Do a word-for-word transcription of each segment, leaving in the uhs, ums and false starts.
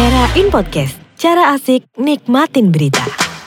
Era In Podcast, cara asik nikmatin berita.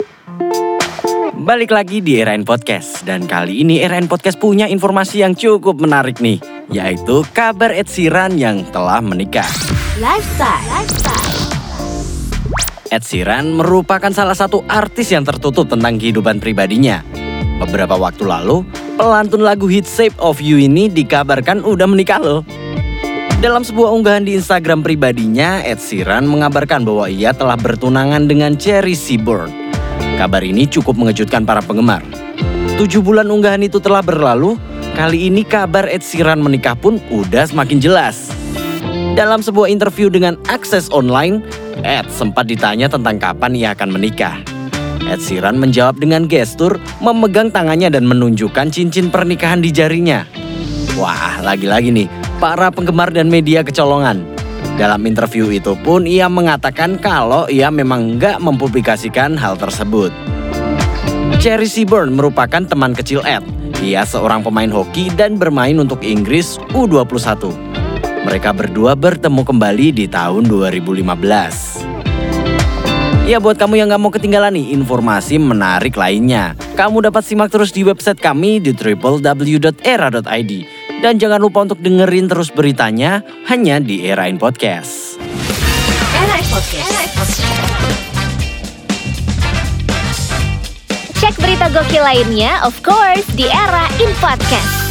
Balik lagi di Era In Podcast, dan kali ini Era In Podcast punya informasi yang cukup menarik nih, yaitu kabar Ed Sheeran yang telah menikah. Lifestyle, lifestyle. Ed Sheeran merupakan salah satu artis yang tertutup tentang kehidupan pribadinya. Beberapa waktu lalu, pelantun lagu hit Shape of You ini dikabarkan udah menikah loh. Dalam sebuah unggahan di Instagram pribadinya, Ed Sheeran mengabarkan bahwa ia telah bertunangan dengan Cherry Seaborn. Kabar ini cukup mengejutkan para penggemar. Tujuh bulan unggahan itu telah berlalu, kali ini kabar Ed Sheeran menikah pun udah semakin jelas. Dalam sebuah interview dengan Akses Online, Ed sempat ditanya tentang kapan ia akan menikah. Ed Sheeran menjawab dengan gestur memegang tangannya dan menunjukkan cincin pernikahan di jarinya. Wah, lagi-lagi nih, para penggemar dan media kecolongan. Dalam interview itu pun ia mengatakan kalau ia memang nggak mempublikasikan hal tersebut. Cherry Seaborn merupakan teman kecil Ed. Ia seorang pemain hoki dan bermain untuk Inggris U dua puluh satu. Mereka berdua bertemu kembali di tahun dua ribu lima belas. Ya, buat kamu yang gak mau ketinggalan nih informasi menarik lainnya, kamu dapat simak terus di website kami di w w w dot era dot i d. Dan jangan lupa untuk dengerin terus beritanya hanya di Era In Podcast. Era In Podcast. Era In Podcast. Cek berita gokil lainnya, of course, di Era In Podcast.